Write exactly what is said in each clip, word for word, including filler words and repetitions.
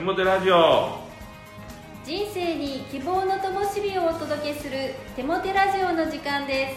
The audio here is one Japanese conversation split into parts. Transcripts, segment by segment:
モテラジオ。 人生に希望の灯火をお届けするテモテラジオの時間です。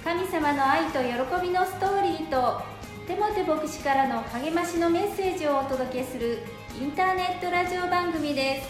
神様の愛と喜びのストーリーとテモテ牧師からの励ましのメッセージをお届けするインターネットラジオ番組です。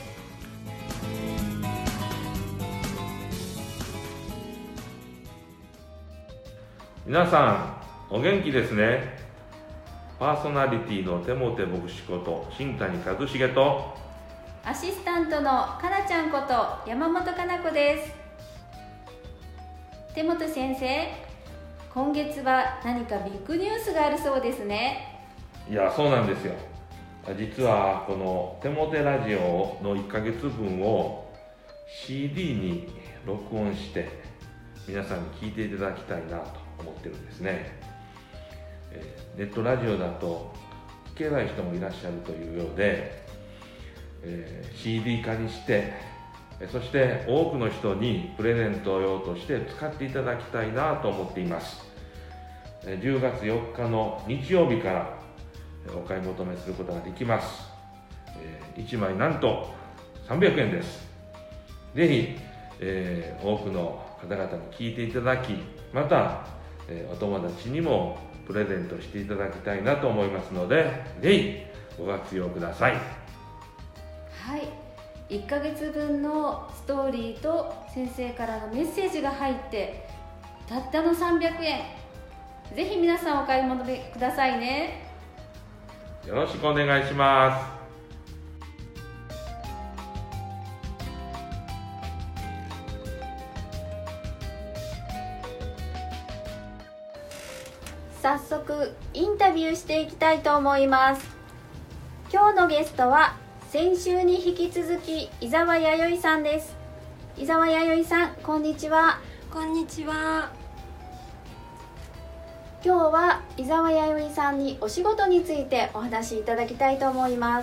皆さんお元気ですね。パーソナリティのテモテ牧師こと新谷和重とアシスタントのかなちゃんこと山本かな子です。テモテ先生、今月は何かビッグニュースがあるそうですね。 いや、そうなんですよ。実はこのテモテラジオのいっかげつぶんを シーディー に録音して皆さんに聞いていただきたいなと思ってるんですね。ネットラジオだと聞けない人もいらっしゃるというようで、えー、シーディー 化にして、そして多くの人にプレゼント用として使っていただきたいなと思っています。じゅうがつよっかの日曜日からお買い求めすることができます。いちまいなんとさんびゃくえんです。ぜひ、えー、多くの方々に聞いていただき、また、えー、お友達にもプレゼントしていただきたいなと思いますので、ぜひご活用ください。 はい、いっかげつぶんのストーリーと先生からのメッセージが入ってたったのさんびゃくえん。ぜひ皆さんお買い求めくださいね。 よろしくお願いします。 早速インタビューしていきたいと思います。今日のゲストは先週に引き続き伊沢弥生さんです。伊沢弥生さん、こんにちは。 こんにちは。 今日は伊沢弥生さんにお仕事についてお話しいただきたいと思います。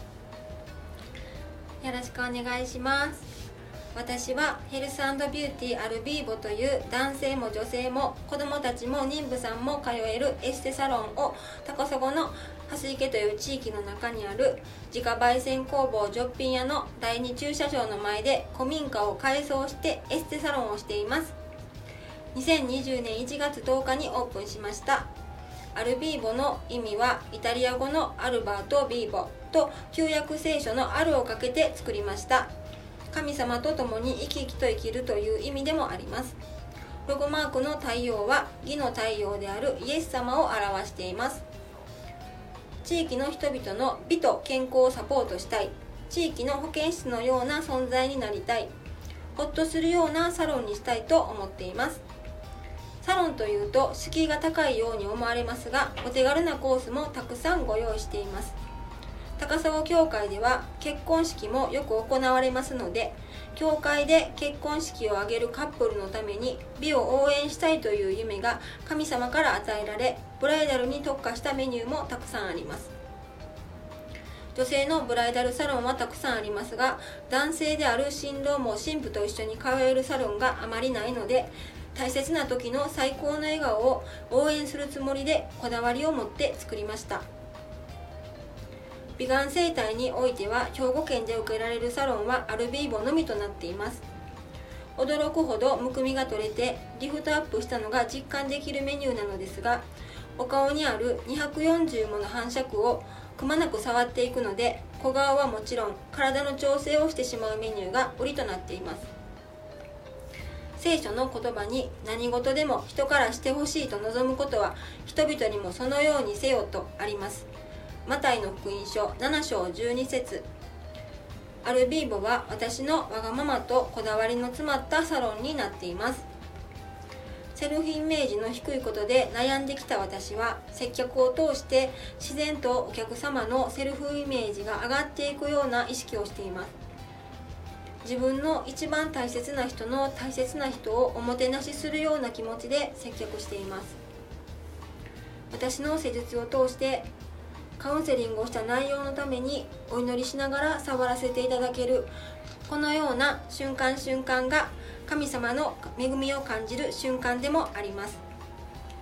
よろしくお願いします。私はヘルス&ビューティーアルビーボという男性も女性も子どもたちも妊婦さんも通えるエステサロンを高砂の蓮池という地域の中にある自家焙煎工房ジョッピン屋のだいに駐車場の前で古民家を改装してエステサロンをしています。にせんにじゅうねんいちがつとおかにオープンしました。アルビーボの意味はイタリア語のアルバート・ビーボと旧約聖書のアルをかけて作りました。神様と共に生き生きと生きるという意味でもあります。ロゴマークの太陽は義の太陽であるイエス様を表しています。地域の人々の美と健康をサポートしたい、地域の保健室のような存在になりたい、ほっとするようなサロンにしたいと思っています。サロンというと敷居が高いように思われますが、お手軽なコースもたくさんご用意しています。高砂教会では結婚式もよく行われますので、教会で結婚式を挙げるカップルのために美を応援したいという夢が神様から与えられ、ブライダルに特化したメニューもたくさんあります。女性のブライダルサロンはたくさんありますが、男性である新郎も新婦と一緒に通えるサロンがあまりないので、大切な時の最高の笑顔を応援するつもりでこだわりを持って作りました。美顔整体においては兵庫県で受けられるサロンはアルビーボのみとなっています。驚くほどむくみが取れてリフトアップしたのが実感できるメニューなのですが、お顔にあるにひゃくよんじゅうもの反射区をくまなく触っていくので、小顔はもちろん体の調整をしてしまうメニューが売りとなっています。聖書の言葉に何事でも人からしてほしいと望むことは人々にもそのようにせよとあります。マタイの福音書ななしょうじゅうにせつ。アルビーボは私のわがままとこだわりの詰まったサロンになっています。セルフイメージの低いことで悩んできた私は、接客を通して自然とお客様のセルフイメージが上がっていくような意識をしています。自分の一番大切な人の大切な人をおもてなしするような気持ちで接客しています。私の施術を通してカウンセリングをした内容のためにお祈りしながら触らせていただける、このような瞬間瞬間が神様の恵みを感じる瞬間でもあります。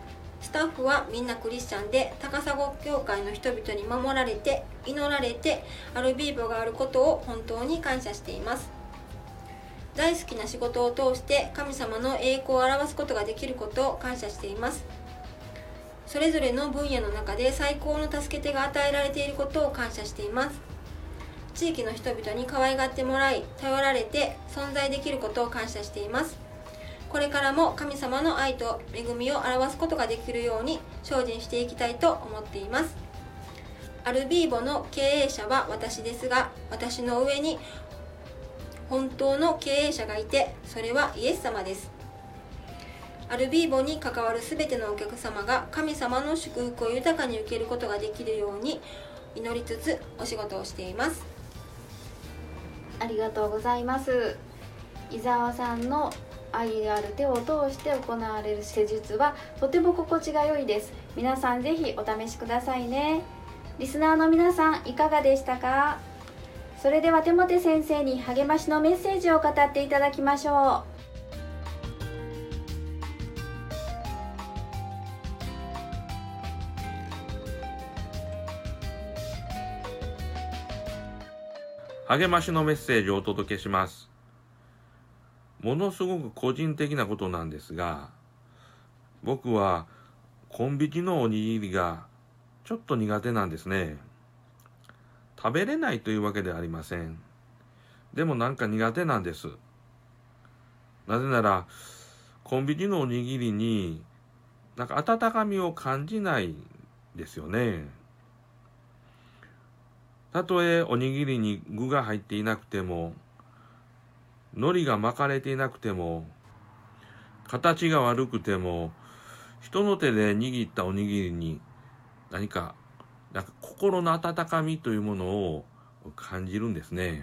スタッフはみんなクリスチャンで、高砂教会の人々に守られて祈られてアルビーボがあることを本当に感謝しています。大好きな仕事を通して神様の栄光を表すことができることを感謝しています。それぞれの分野の中で最高の助け手が与えられていることを感謝しています。地域の人々に可愛がってもらい、頼られて存在できることを感謝しています。これからも神様の愛と恵みを表すことができるように精進していきたいと思っています。アルビーボの経営者は私ですが、私の上に本当の経営者がいて、それはイエス様です。アルビーボに関わるすべてのお客様が神様の祝福を豊かに受けることができるように祈りつつお仕事をしています。 ありがとうございます。伊沢さんの愛ある手を通して行われる施術はとても心地が良いです。皆さんぜひお試しくださいね。リスナーの皆さんいかがでしたか？それではテモテ先生に励ましのメッセージを語っていただきましょう。 励ましのメッセージをお届けします。ものすごく個人的なことなんですが、僕はコンビニのおにぎりがちょっと苦手なんですね。食べれないというわけではありません。でもなんか苦手なんです。なぜならコンビニのおにぎりになんか温かみを感じないですよね。たとえおにぎりに具が入っていなくても、海苔が巻かれていなくても、形が悪くても、人の手で握ったおにぎりに何か、なんか心の温かみというものを感じるんですね。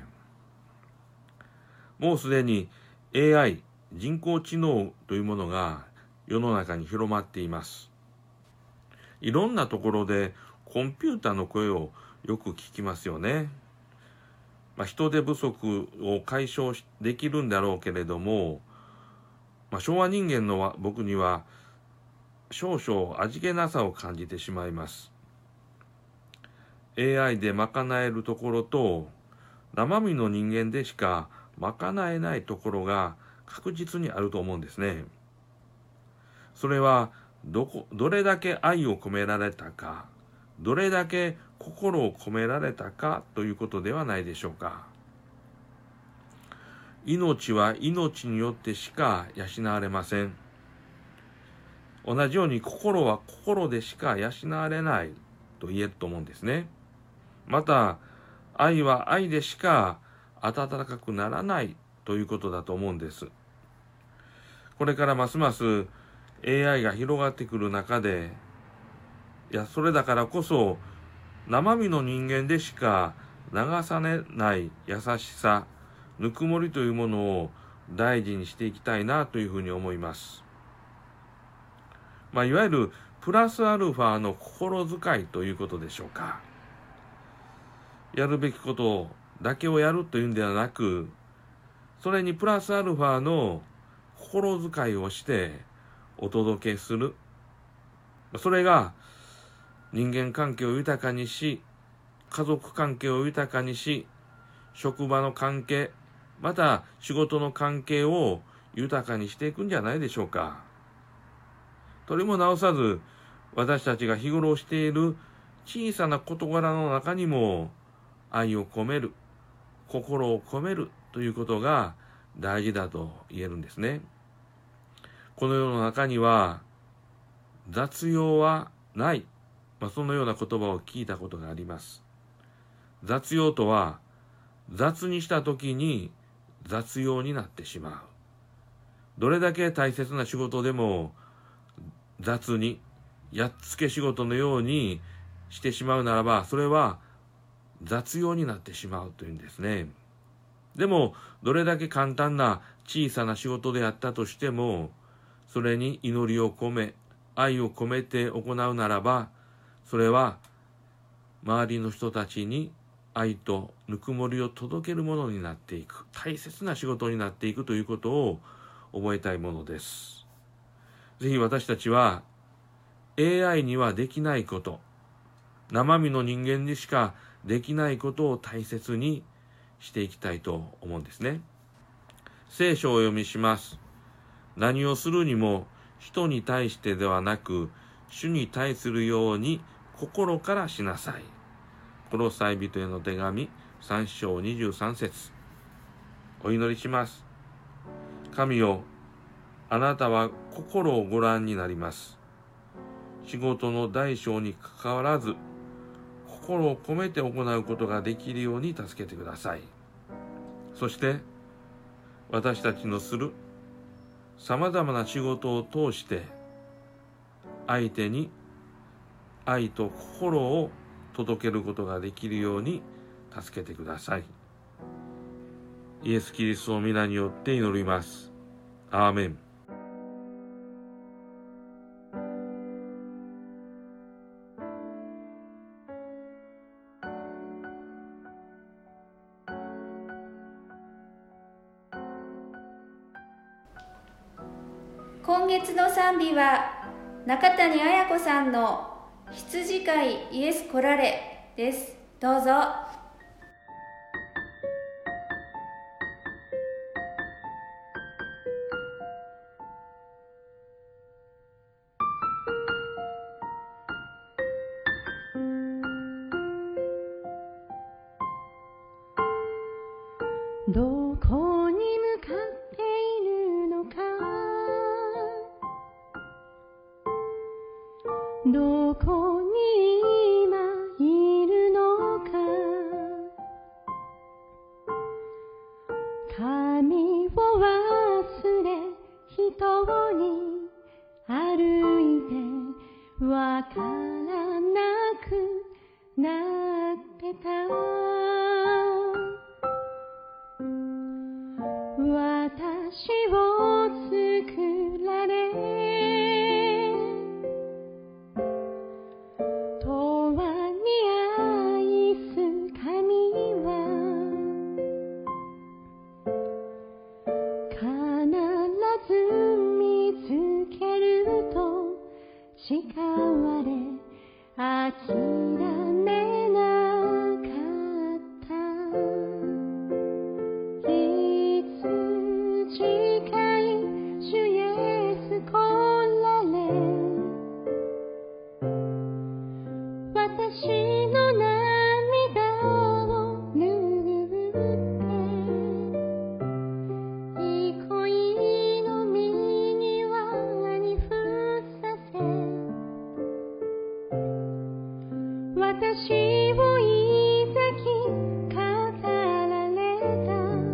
もうすでに エーアイ、人工知能というものが世の中に広まっています。いろんなところでコンピューターの声をよく聞きますよね。まあ、人手不足を解消できるんだろうけれども、まあ、昭和人間の僕には少々味気なさを感じてしまいます。エーアイ で賄えるところと生身の人間でしか賄えないところが確実にあると思うんですね。それはどこ、どれだけ愛を込められたか、どれだけ心を込められたかということではないでしょうか。命は命によってしか養われません。同じように心は心でしか養われないと言えると思うんですね。また愛は愛でしか温かくならないということだと思うんです。これからますます エーアイ が広がってくる中で、いやそれだからこそ生身の人間でしか流されない優しさ、ぬくもりというものを大事にしていきたいなというふうに思います。まあ、いわゆるプラスアルファの心遣いということでしょうか。やるべきことだけをやるというんではなく、それにプラスアルファの心遣いをしてお届けする。それが人間関係を豊かにし、家族関係を豊かにし、職場の関係、また仕事の関係を豊かにしていくんじゃないでしょうか。とりもなおさず、私たちが日頃している小さな事柄の中にも愛を込める、心を込めるということが大事だと言えるんですね。この世の中には雑用はない、まあ、そのような言葉を聞いたことがあります。雑用とは雑にした時に雑用になってしまう。どれだけ大切な仕事でも雑にやっつけ仕事のようにしてしまうならば、それは雑用になってしまうというんですね。でもどれだけ簡単な小さな仕事であったとしても、それに祈りを込め愛を込めて行うならば、それは周りの人たちに愛とぬくもりを届けるものになっていく、大切な仕事になっていくということを覚えたいものです。ぜひ私たちはエーアイ にはできないこと、生身の人間にしかできないことを大切にしていきたいと思うんですね。聖書をお読みします。何をするにも人に対してではなく、主に対するように心からしなさい。コロサイ人への手紙さん章にじゅうさん節。お祈りします。神よ、あなたは心をご覧になります。仕事の大小にかかわらず、心を込めて行うことができるように助けてください。そして、私たちのするさまざまな仕事を通して、相手に愛と心を届けることができるように助けてください。イエス・キリストの皆によって祈ります。アーメン。 今月の賛美は中谷彩子さんの羊飼いイエス来られです。どうぞ。 どこに向かっているのか、どこに今いるのか、神を忘れ一人歩いてわからなくなってた。私を作られ永遠に愛す神は必ず見つけると誓われ諦めなかった。私の涙を拭って憩いの右輪に伏させ、私を抱き飾られた。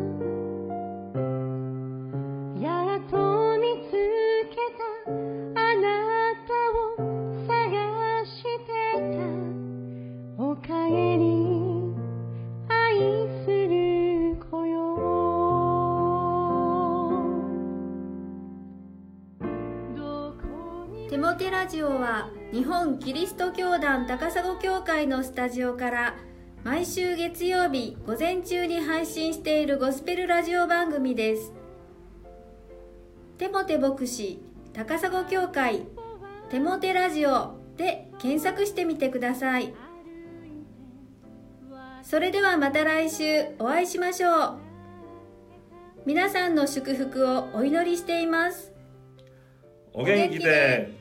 やっと見つけたあなたを探してた。おかえり愛する子よ。 テモテラジオは日本キリスト教団高砂教会のスタジオから毎週月曜日午前中に配信しているゴスペルラジオ番組です。テモテ牧師高砂教会テモテラジオで検索してみてください。それではまた来週お会いしましょう。皆さんの祝福をお祈りしています。 お元気で。